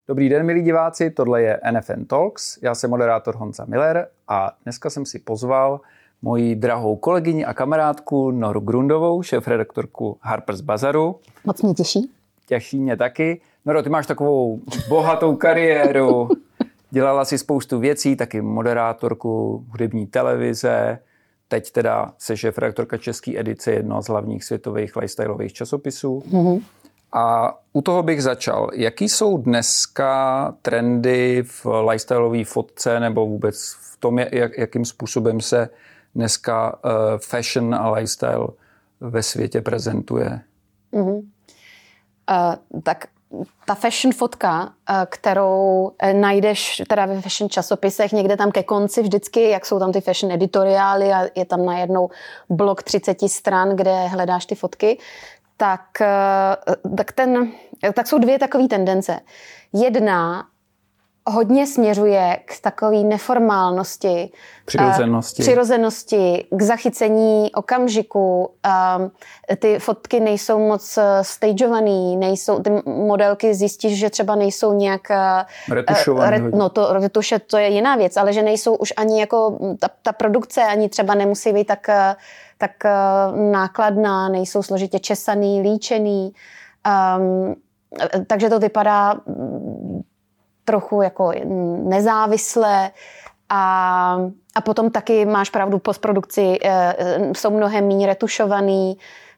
Dobrý den, milí diváci, tohle je NFN Talks, já jsem moderátor Honza Miller a dneska jsem si pozval moji drahou kolegyni a kamarádku Noru Grundovou, šéfredaktorku Harper's Bazaru. Moc mě těší. Těší mě taky. Noro, ty máš takovou bohatou kariéru, dělala si spoustu věcí, taky moderátorku hudební televize, teď teda se šéfredaktorka české edice jednoho z hlavních světových lifestyleových časopisů. Mm-hmm. A u toho bych začal. Jaký jsou dneska trendy v lifestyleové fotce nebo vůbec v tom, jakým způsobem se dneska fashion a lifestyle ve světě prezentuje? Mm-hmm. Tak ta fashion fotka, kterou najdeš teda ve fashion časopisech někde tam ke konci vždycky, jak jsou tam ty fashion editoriály a je tam najednou blok 30 stran, kde hledáš ty fotky, tak jsou dvě takové tendence. Jedna hodně směřuje k takové neformálnosti, přirozenosti, k zachycení okamžiku. Ty fotky nejsou moc stageovaný, ty modelky zjistíš, že třeba nejsou nějak retušovaný. Retuše to je jiná věc, ale že nejsou už ani jako ta produkce ani třeba nemusí být tak nákladná, nejsou složitě česaný, líčený. Takže to vypadá trochu jako nezávisle a potom taky máš pravdu, postprodukci jsou mnohem méně retušovaný,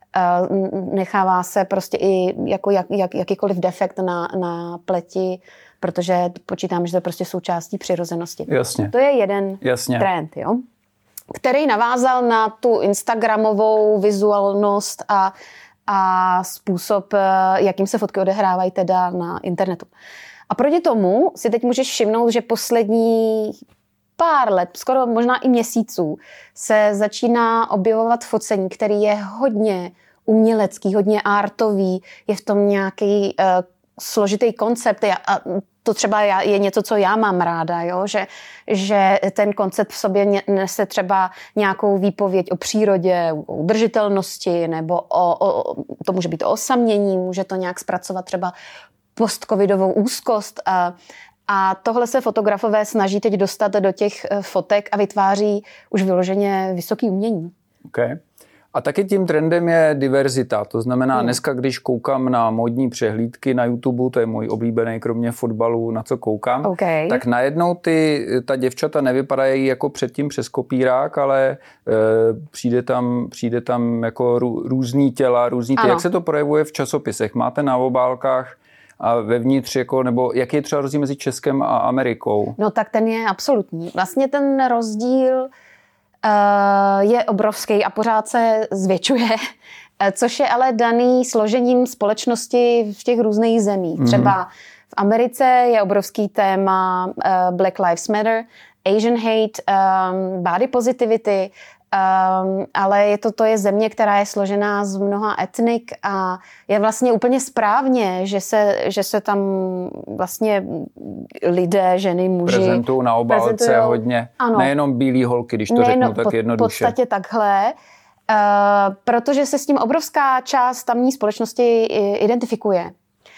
nechává se prostě i jako jakýkoliv defekt na pleti, protože počítám, že to je prostě součástí přirozenosti. Jasně. To je jeden trend, jo? Který navázal na tu instagramovou vizuálnost a způsob, jakým se fotky odehrávají teda na internetu. A proti tomu si teď můžeš všimnout, že poslední pár let, skoro možná i měsíců, se začíná objevovat focení, který je hodně umělecký, hodně artový, je v tom nějaký složitý koncept. A to třeba je něco, co já mám ráda, jo? Že ten koncept v sobě nese třeba nějakou výpověď o přírodě, o udržitelnosti, nebo to může být o osamění, může to nějak zpracovat třeba postcovidovou úzkost. A tohle se fotografové snaží teď dostat do těch fotek a vytváří už vyloženě vysoký umění. Okay. A taky tím trendem je diverzita. To znamená, dneska, když koukám na módní přehlídky na YouTube, to je můj oblíbený, kromě fotbalu, na co koukám, tak najednou ta děvčata nevypadají jako předtím přes kopírák, ale přijde tam jako různý těla, jak se to projevuje v časopisech? Máte na obálkách a vevnitř, nebo jaký je třeba rozdíl mezi Českem a Amerikou? No tak ten je absolutní. Vlastně ten rozdíl je obrovský a pořád se zvětšuje, což je ale daný složením společnosti v těch různých zemích. Třeba v Americe je obrovský téma Black Lives Matter, Asian hate, body positivity, ale to je země, která je složená z mnoha etnik a je vlastně úplně správně, že se tam vlastně lidé, ženy, muži prezentují na obálce hodně. Ano. Nejenom bílý holky, když to řeknu tak jednoduše. V podstatě takhle, protože se s tím obrovská část tamní společnosti identifikuje.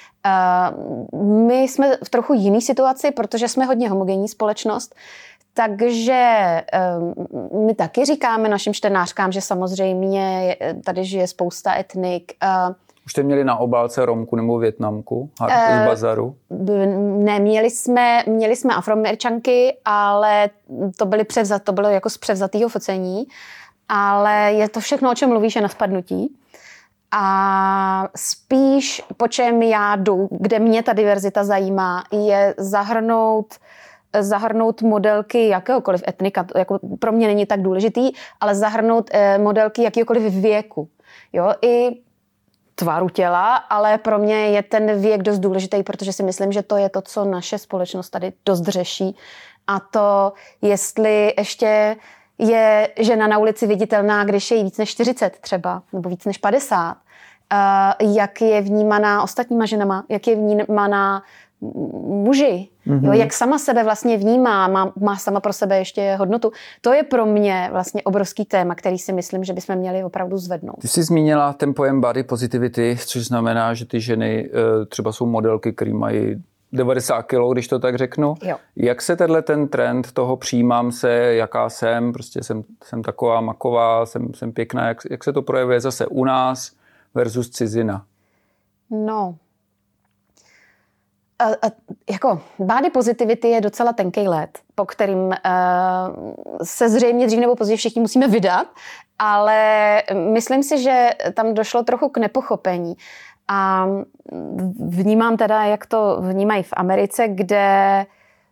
My jsme v trochu jiný situaci, protože jsme hodně homogenní společnost, takže my taky říkáme našim čtenářkám, že samozřejmě tady žije spousta etnik. Už jste měli na obálce Romku nebo Vietnamku z Bazaru? Ne, měli jsme Afroameričanky, ale to bylo jako z převzatého focení, ale je to všechno, o čem mluvíš, je na spadnutí. A spíš, po čem já jdu, kde mě ta diverzita zajímá, je zahrnout modelky jakéhokoliv etnika, jako pro mě není tak důležitý, ale zahrnout modelky jakýkoliv věku. Jo, i tvaru těla, ale pro mě je ten věk dost důležitý, protože si myslím, že to je to, co naše společnost tady dost řeší. A to, jestli ještě je žena na ulici viditelná, když je jí víc než 40 třeba, nebo víc než 50, jak je vnímaná ostatníma ženama, jak je vnímaná muži, jo, jak sama sebe vlastně vnímá, má sama pro sebe ještě hodnotu. To je pro mě vlastně obrovský téma, který si myslím, že bychom měli opravdu zvednout. Ty jsi zmínila ten pojem body positivity, což znamená, že ty ženy třeba jsou modelky, které mají 90 kg, když to tak řeknu. Jo. Jak se ten trend toho přijímám se, jaká jsem, prostě jsem taková maková, jsem pěkná, jak se to projevuje zase u nás versus cizina? No, jako body positivity je docela tenkej led, po kterým se zřejmě dřív nebo později všichni musíme vydat, ale myslím si, že tam došlo trochu k nepochopení. A vnímám teda, jak to vnímají v Americe, kde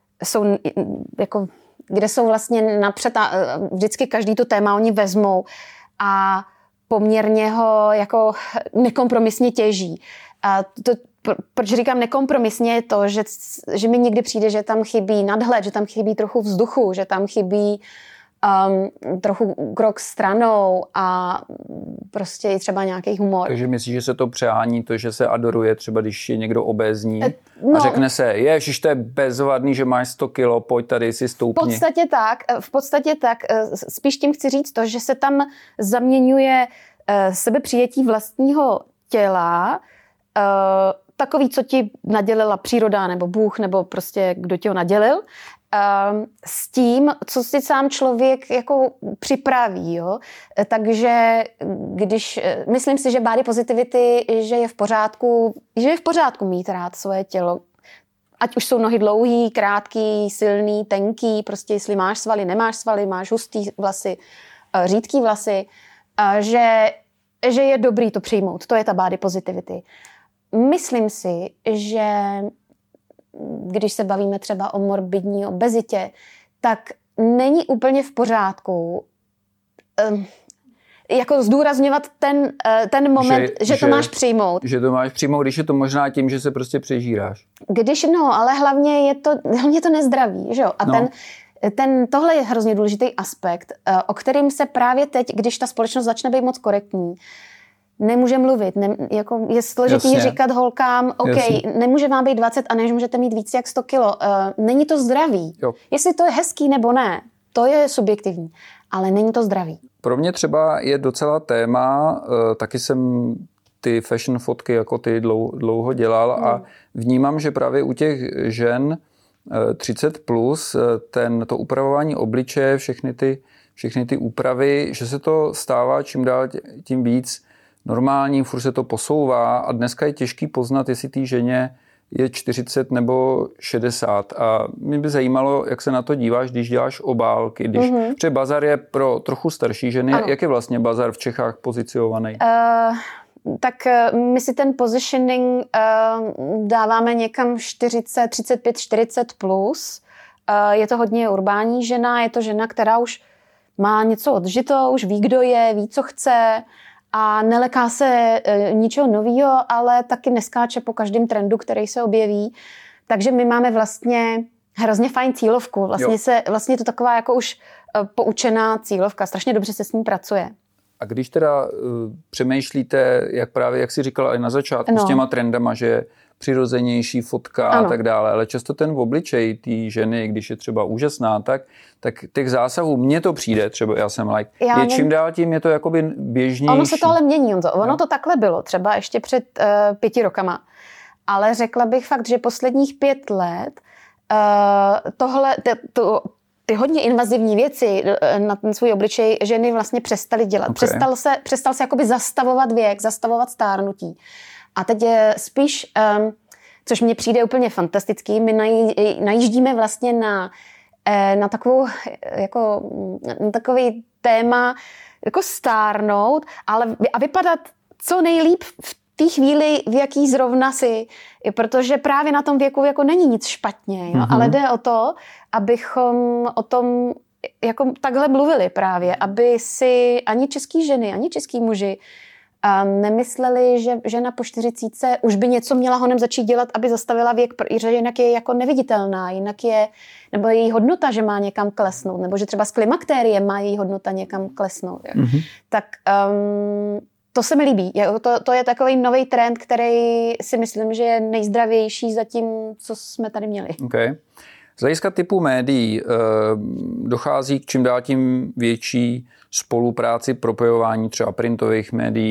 jsou vlastně napřed a vždycky každý to téma oni vezmou a poměrně ho jako nekompromisně těží. A proč říkám nekompromisně je to, že mi někdy přijde, že tam chybí nadhled, že tam chybí trochu vzduchu, že tam chybí trochu krok stranou a prostě i třeba nějaký humor. Takže myslíš, že se to přehání, to, že se adoruje třeba, když je někdo obézní a řekne se, ježiš, to je bezvadný, že máš 100 kilo, pojď tady si stoupni. V podstatě tak. Spíš tím chci říct to, že se tam zaměňuje sebepřijetí vlastního těla, takový, co ti nadělila příroda nebo Bůh, nebo prostě kdo tě ho nadělil, s tím, co si sám člověk jako připraví. Jo? Takže myslím si, že body positivity, že je v pořádku mít rád svoje tělo. Ať už jsou nohy dlouhý, krátký, silný, tenký, prostě jestli máš svaly, nemáš svaly, máš hustý vlasy, řídký vlasy, že je dobrý to přijmout. To je ta body positivity. Myslím si, že když se bavíme třeba o morbidní obezitě, tak není úplně v pořádku jako zdůrazňovat ten moment, že to máš přijmout. Že to máš přijmout, když je to možná tím, že se prostě přežíráš. Ale hlavně je to nezdravý, že jo? A tohle je hrozně důležitý aspekt, o kterým se právě teď, když ta společnost začne být moc korektní, nemůže mluvit. Jako je složitý říkat holkám, OK, nemůže vám být 20 a než můžete mít víc jak 100 kilo. Není to zdravý. Jo. Jestli to je hezký nebo ne, to je subjektivní, ale není to zdravý. Pro mě třeba je docela téma, taky jsem ty fashion fotky jako ty dlouho dělal a vnímám, že právě u těch žen 30+, to upravování obličeje, všechny ty úpravy, že se to stává čím dál tím víc normální, furt se to posouvá a dneska je těžký poznat, jestli té ženě je 40 nebo 60. A mě by zajímalo, jak se na to díváš, když děláš obálky. Protože bazar je pro trochu starší ženy. Ano. Jak je vlastně bazar v Čechách pozicionovaný? Tak my si ten positioning dáváme někam 40, 35, 40 plus. Je to hodně urbání žena, je to žena, která už má něco odžito, už ví, kdo je, ví, co chce a neleká se ničeho nového, ale taky neskáče po každém trendu, který se objeví. Takže my máme vlastně hrozně fajn cílovku. Vlastně je to taková jako už poučená cílovka. Strašně dobře se s ní pracuje. A když teda přemýšlíte, jak jsi říkala i na začátku, s těma trendama, že je přirozenější fotka a tak dále, ale často ten obličej té ženy, když je třeba úžasná, tak těch zásahů, mně to přijde, třeba já jsem čím dál tím je to jakoby běžnější. Ono se to ale mění, ono to takhle bylo, třeba ještě před 5 rokama. Ale řekla bych fakt, že posledních 5 let ty hodně invazivní věci na ten svůj obličej ženy vlastně přestaly dělat. Okay. Přestal se jakoby zastavovat věk, zastavovat stárnutí. A teď spíš, což mně přijde úplně fantastický, my najíždíme vlastně na takovou, jako, na takový téma jako stárnout, a vypadat co nejlíp v té chvíli, v jaký zrovna si, protože právě na tom věku jako není nic špatně, jo? Ale jde o to, abychom o tom jako takhle mluvili právě, aby si ani český ženy, ani český muži nemysleli, že žena po 40 už by něco měla honem začít dělat, aby zastavila věk, protože jinak je jako neviditelná, jinak je, nebo její hodnota, že má někam klesnout, nebo že třeba s klimakteriem má její hodnota někam klesnout. Tak to se mi líbí. To je takový nový trend, který si myslím, že je nejzdravější za tím, co jsme tady měli. Okay. Z hlediska typu médií dochází k čím dál tím větší spolupráci, propojování třeba printových médií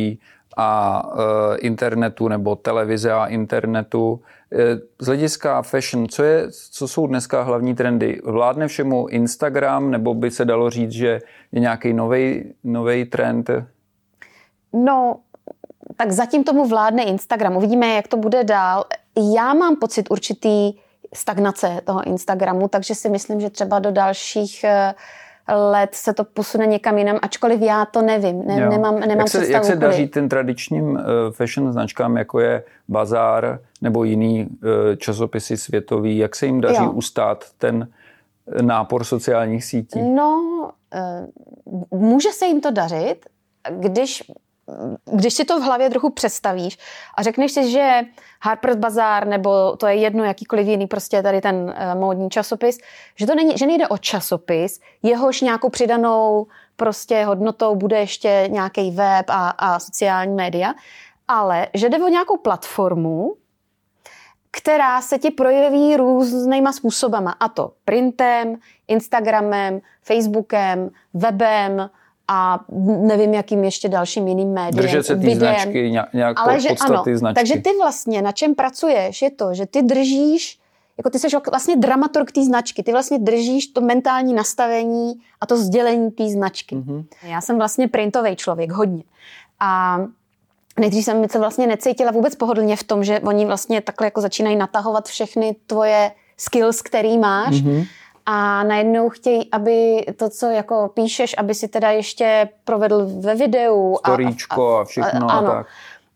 a internetu nebo televize a internetu. Z hlediska fashion, co jsou dneska hlavní trendy? Vládne všemu Instagram, nebo by se dalo říct, že je nějaký nový trend? No, tak zatím tomu vládne Instagram. Uvidíme, jak to bude dál. Já mám pocit určitý stagnace toho Instagramu, takže si myslím, že třeba do dalších let se to posune někam jinam, ačkoliv já to nevím. Nemám představu. Jak se daří ten tradičním fashion značkám, jako je Bazar nebo jiný časopisy světový, jak se jim daří ustát ten nápor sociálních sítí? No, může se jim to dařit, když si to v hlavě trochu představíš a řekneš si, že Harper's Bazaar nebo to je jedno jakýkoliv jiný prostě tady ten módní časopis, že nejde o časopis, jehož nějakou přidanou prostě hodnotou bude ještě nějaký web a sociální média, ale že jde o nějakou platformu, která se ti projeví různýma způsobama, a to printem, Instagramem, Facebookem, webem, a nevím, jakým ještě dalším jiným médiem. Držet se ty značky, nějakou podstaty značky. Takže ty vlastně, na čem pracuješ, je to, že ty držíš, jako ty jsi vlastně dramaturg té značky, ty vlastně držíš to mentální nastavení a to sdělení té značky. Mm-hmm. Já jsem vlastně printový člověk, hodně. A nejdřív jsem se vlastně necítila vůbec pohodlně v tom, že oni vlastně takhle jako začínají natahovat všechny tvoje skills, který máš. Mm-hmm. A najednou chtějí, aby to, co jako píšeš, aby si teda ještě provedl ve videu. Storíčko a všechno. Ano. A tak.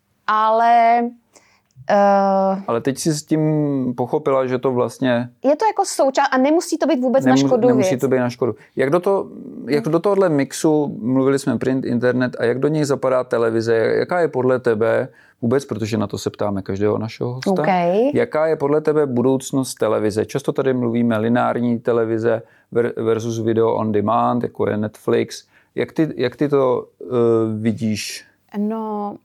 Ale teď si s tím pochopila, že to vlastně... Je to jako součást a nemusí to být vůbec na škodu Nemusí věc. to být na škodu. Jak do tohohle mixu, mluvili jsme print, internet, a jak do něj zapadá televize? Jaká je podle tebe vůbec, protože na to se ptáme každého našeho hosta, jaká je podle tebe budoucnost televize? Často tady mluvíme lineární televize versus video on demand, jako je Netflix. Jak ty to vidíš? No...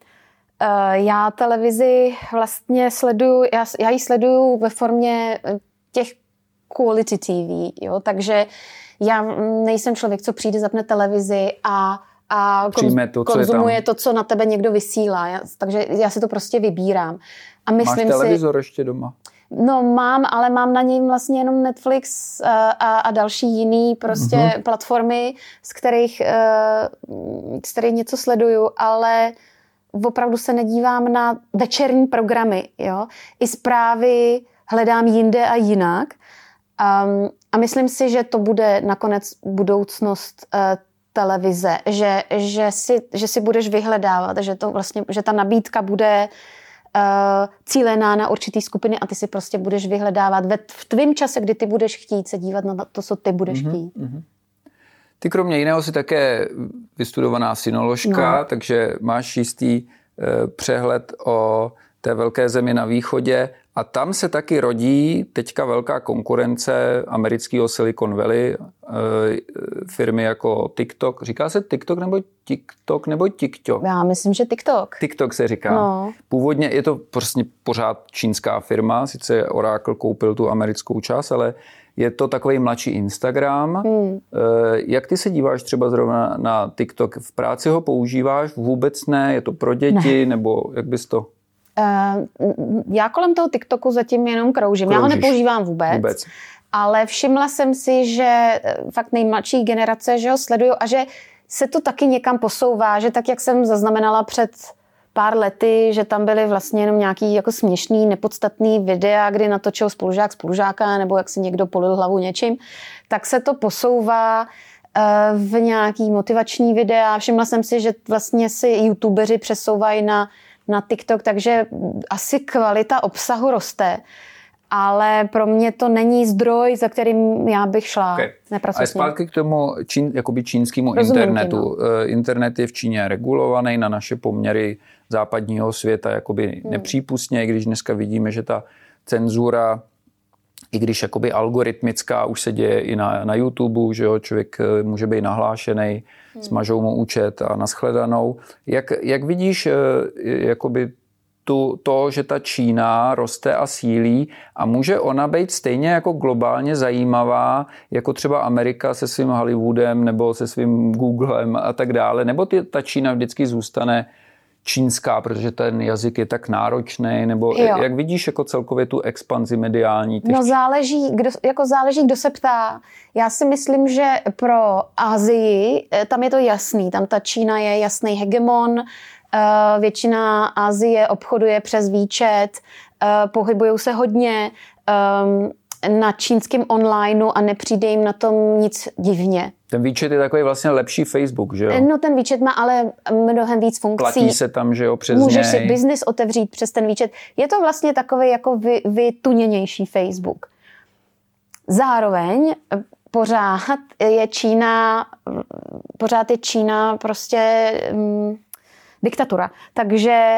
Já televizi vlastně sleduju, já ji sleduju ve formě těch quality TV, jo? Takže já nejsem člověk, co přijde, zapne televizi a konzumuje to, co na tebe někdo vysílá. Takže já si to prostě vybírám. A myslím Máš televizor ještě doma? No mám, ale mám na něj vlastně jenom Netflix a další jiný prostě platformy, z kterých něco sleduju, ale opravdu se nedívám na večerní programy. Jo? I zprávy hledám jinde a jinak. A myslím si, že to bude nakonec budoucnost televize. Že si budeš vyhledávat, že ta nabídka bude cílená na určitý skupiny a ty si prostě budeš vyhledávat v tvém čase, kdy ty budeš chtít se dívat na to, co ty budeš chtít. Ty kromě jiného jsi také vystudovaná sinoložka, takže máš jistý přehled o té velké zemi na východě a tam se taky rodí teďka velká konkurence amerického Silicon Valley, firmy jako TikTok. Říká se TikTok nebo TikTok? Já myslím, že TikTok. TikTok se říká. No. Původně je to prostě pořád čínská firma, sice Oracle koupil tu americkou část, ale je to takový mladší Instagram. Jak ty se díváš třeba zrovna na TikTok? V práci ho používáš? Vůbec ne? Je to pro děti? Nebo jak bys to... Já kolem toho TikToku zatím jenom kroužím. Já ho nepoužívám vůbec. Ale všimla jsem si, že fakt nejmladší generace, že ho sleduju a že se to taky někam posouvá, že tak, jak jsem zaznamenala před pár lety, že tam byly vlastně jenom nějaký jako směšný, nepodstatný videa, kdy natočil spolužáka nebo jak si někdo polil hlavu něčím, tak se to posouvá v nějaký motivační videa. Všimla jsem si, že vlastně si youtubeři přesouvají na TikTok, takže asi kvalita obsahu roste. Ale pro mě to není zdroj, za kterým já bych šla. Okay. A zpátky k tomu čínskému internetu. Internet je v Číně regulovaný na naše poměry západního světa jakoby nepřípustně, když dneska vidíme, že ta cenzura, i když jakoby algoritmická, už se děje i na YouTube, že jo, člověk může být nahlášený, smažou mu účet a nashledanou. Jak vidíš jakoby to, že ta Čína roste a sílí a může ona být stejně jako globálně zajímavá, jako třeba Amerika se svým Hollywoodem nebo se svým Googlem a tak dále, nebo ta Čína vždycky zůstane čínská, protože ten jazyk je tak náročný, nebo jak vidíš jako celkově tu expanzi mediální? No záleží, kdo se ptá. Já si myslím, že pro Asii, tam je to jasný, tam ta Čína je jasný hegemon, většina Asie obchoduje přes výčet, pohybují se hodně na čínském onlineu a nepřijde jim na tom nic divně. Ten výčet je takový vlastně lepší Facebook, že jo? No ten výčet má ale mnohem víc funkcí. Platí se tam, že jo, přes Můžeš něj. si biznis otevřít přes ten výčet. Je to vlastně takový jako vytuněnější Facebook. Zároveň pořád je Čína prostě diktatura. Takže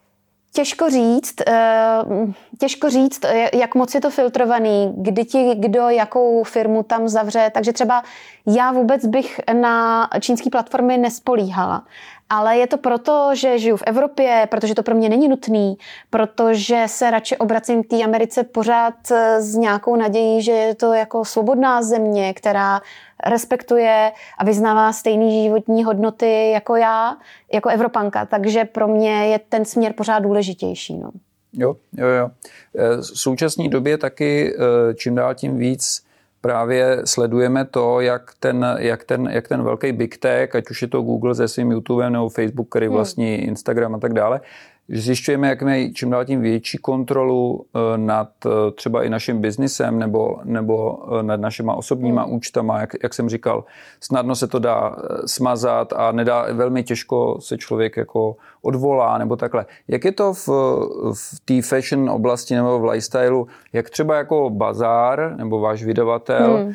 těžko říct, jak moc je to filtrovaný, kdo jakou firmu tam zavře. Takže třeba já vůbec bych na čínský platformy nespolíhala. Ale je to proto, že žiju v Evropě, protože to pro mě není nutný, protože se radši obracím k té Americe pořád s nějakou nadějí, že je to jako svobodná země, která respektuje a vyznává stejné životní hodnoty jako já, jako Evropanka. Takže pro mě je ten směr pořád důležitější. No. Jo. V současné době taky čím dál tím víc právě sledujeme to, jak ten velký big tech, ať už je to Google se svým YouTubem nebo Facebook, který vlastní Instagram a tak dále, zjišťujeme, jak mají čím dál tím větší kontrolu nad třeba i naším biznisem nebo nad našima osobníma účtama, jak jsem říkal, snadno se to dá smazat a velmi těžko se člověk jako odvolá nebo takhle. Jak je to v té fashion oblasti nebo v lifestyleu, jak třeba jako Bazar nebo váš vydavatel,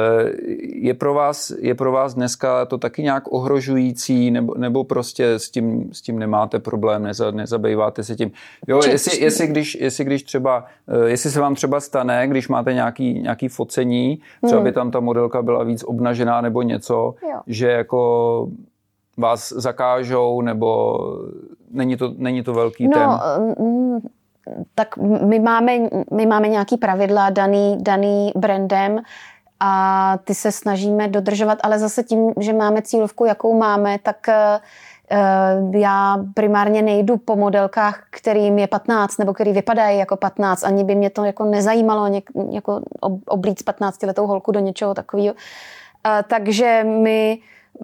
je pro vás dneska to taky nějak ohrožující nebo prostě s tím nemáte problém, nezabýváte se tím. Jo, jestli když třeba, jestli se vám třeba stane, když máte nějaký focení, třeba by tam ta modelka byla víc obnažená nebo něco, že jako vás zakážou, nebo není to velký téma? Tak my máme nějaký pravidla daný brandem a ty se snažíme dodržovat, ale zase tím, že máme cílovku, jakou máme, tak já primárně nejdu po modelkách, kterým je 15 nebo který vypadají jako 15. Ani by mě to jako nezajímalo jako oblíct 15letou holku do něčeho takového. Takže my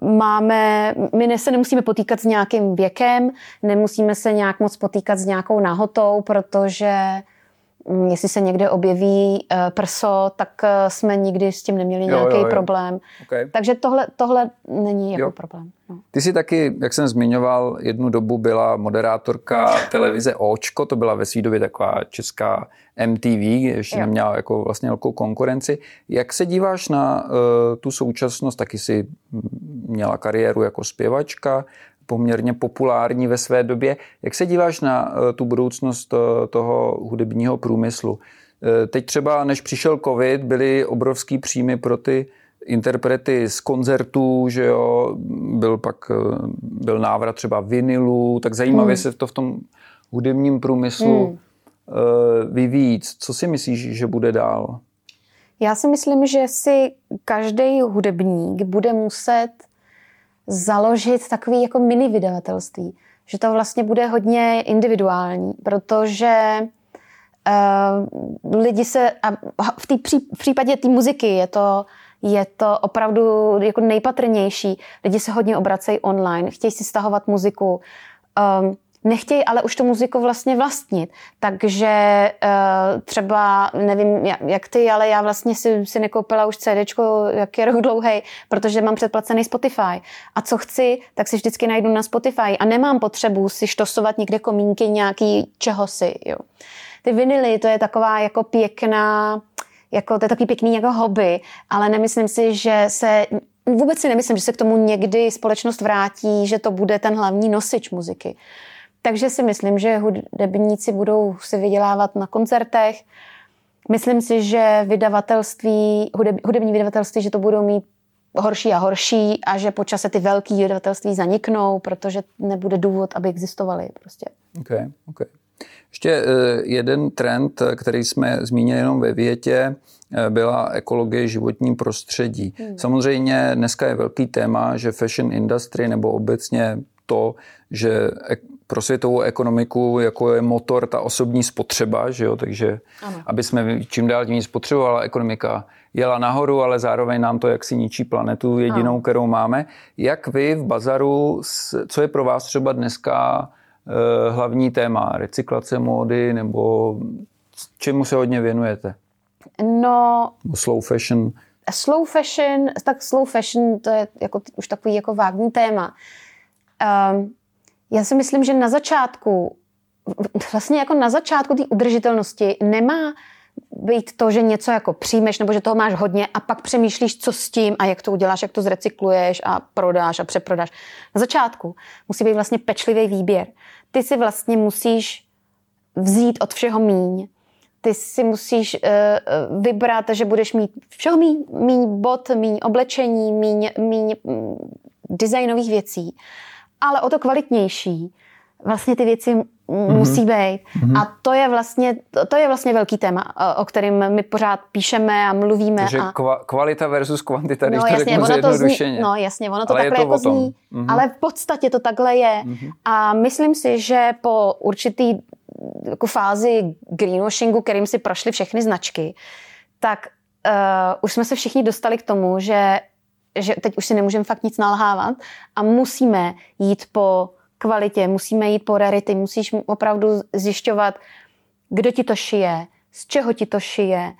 se nemusíme potýkat s nějakým věkem, nemusíme se nějak moc potýkat s nějakou nahotou, protože jestli se někde objeví prso, tak jsme nikdy s tím neměli nějaký problém. Okay. Takže tohle není jako problém. No. Ty jsi taky, jak jsem zmiňoval, jednu dobu byla moderátorka televize Očko, to byla ve své době taková česká MTV, ještě neměla jako vlastně velkou konkurenci. Jak se díváš na tu současnost? Taky jsi měla kariéru jako zpěvačka, poměrně populární ve své době. Jak se díváš na tu budoucnost toho hudebního průmyslu? Teď třeba, než přišel covid, byly obrovský příjmy pro ty interprety z koncertů, že jo, byl návrat třeba vinilu, tak zajímavě se to v tom hudebním průmyslu vyvíjí. Co si myslíš, že bude dál? Já si myslím, že si každý hudebník bude muset založit takový jako mini vydavatelství. Že to vlastně bude hodně individuální, protože lidi se... A v případě té muziky je to opravdu jako nejpatrnější. Lidi se hodně obracejí online, chtějí si stahovat muziku, nechtějí ale už tu muziku vlastně vlastnit. Takže třeba, nevím jak ty, ale já vlastně si nekoupila už CDčko, jak je rok dlouhej, protože mám předplacený Spotify. A co chci, tak si vždycky najdu na Spotify a nemám potřebu si štosovat někde komínky nějaký čehosi. Jo. Ty vinily, to je taková jako pěkná, jako, to je takový pěkný jako hobby, ale nemyslím si, že vůbec si nemyslím, že se k tomu někdy společnost vrátí, že to bude ten hlavní nosič muziky. Takže si myslím, že hudebníci budou si vydělávat na koncertech. Myslím si, že hudební vydavatelství, že to budou mít horší a horší a že po čase ty velký vydavatelství zaniknou, protože nebude důvod, aby existovaly. Prostě. Okay. Ještě jeden trend, který jsme zmínili jenom ve větě, byla ekologie, životní prostředí. Samozřejmě dneska je velký téma, že fashion industry nebo obecně to, že pro světovou ekonomiku, jako je motor ta osobní spotřeba, že jo? Takže ano. Aby jsme čím dál tím spotřebovala ekonomika jela nahoru, ale zároveň nám to jaksi ničí planetu jedinou, ano. kterou máme. Jak vy v Bazaru, co je pro vás třeba dneska hlavní téma? Recyklace módy nebo čemu se hodně věnujete? No... Slow fashion. Slow fashion, to je jako, už takový jako vágní téma. Já si myslím, že na začátku té udržitelnosti nemá být to, že něco jako přijmeš nebo že toho máš hodně a pak přemýšlíš, co s tím a jak to uděláš, jak to zrecykluješ a prodáš a přeprodáš. Na začátku musí být vlastně pečlivý výběr. Ty si vlastně musíš vzít od všeho míň. Ty si musíš vybrat, že budeš mít všeho míň bot, míň oblečení, míň designových věcí, ale o to kvalitnější vlastně ty věci musí být. A to je vlastně velký téma, o kterém my pořád píšeme a mluvíme. Takže kvalita versus kvantita, když to řeknu zjednodušeně. No jasně, ono to ale takhle jako zní, ale v podstatě to takhle je. A myslím si, že po určitý jako fázi greenwashingu, kterým si prošly všechny značky, tak už jsme se všichni dostali k tomu, že teď už si nemůžeme fakt nic nalhávat a musíme jít po kvalitě, musíme jít po rarity, musíš opravdu zjišťovat, kdo ti to šije, z čeho ti to šije.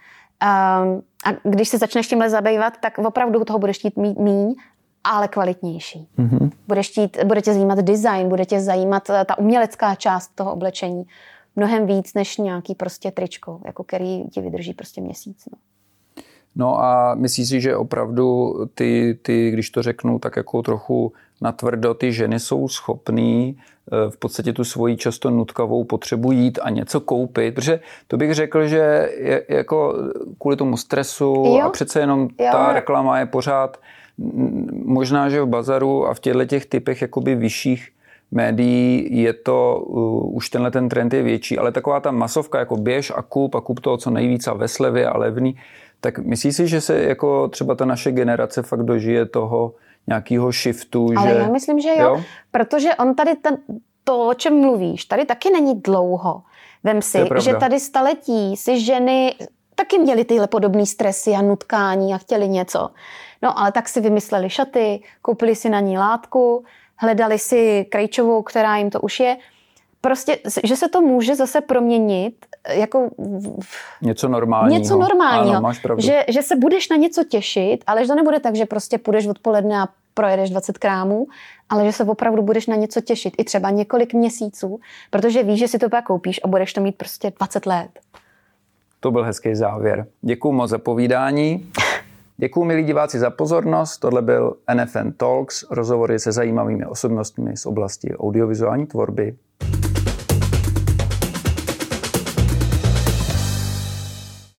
A když se začneš tímhle zabývat, tak opravdu toho budeš chtít mít míň, ale kvalitnější. Bude tě zajímat design, bude tě zajímat ta umělecká část toho oblečení. Mnohem víc než nějaký prostě tričko, jako který ti vydrží prostě měsíc. No a myslíš si, že opravdu ty, když to řeknu tak jako trochu natvrdo, ty ženy jsou schopný v podstatě tu svoji často nutkavou potřebu jít a něco koupit, protože to bych řekl, že je jako kvůli tomu stresu a přece jenom ta reklama je pořád možná, že v Bazaru a v těchto typech jakoby vyšších médií je to, už tenhle ten trend je větší, ale taková ta masovka jako běž a kup toho co nejvíc a ve slevě a levný, tak myslíš si, že se jako třeba ta naše generace fakt dožije toho nějakého shiftu? Ale já myslím, že jo? Protože on tady to, o čem mluvíš, tady taky není dlouho. Vem si, že tady staletí si ženy taky měly tyhle podobné stresy a nutkání a chtěli něco. No ale tak si vymysleli šaty, koupili si na ní látku, hledali si krejčovou, která jim to už je. Prostě, že se to může zase proměnit jako něco normálního. Ano, máš pravdu. Že se budeš na něco těšit, ale že to nebude tak, že prostě půjdeš odpoledne a projedeš 20 krámů, ale že se opravdu budeš na něco těšit i třeba několik měsíců, protože víš, že si to pak koupíš a budeš to mít prostě 20 let. To byl hezký závěr. Děkuju moc za povídání. Děkuju, milí diváci, za pozornost. Tohle byl NFN Talks, rozhovory se zajímavými osobnostmi z oblasti audiovizuální tvorby.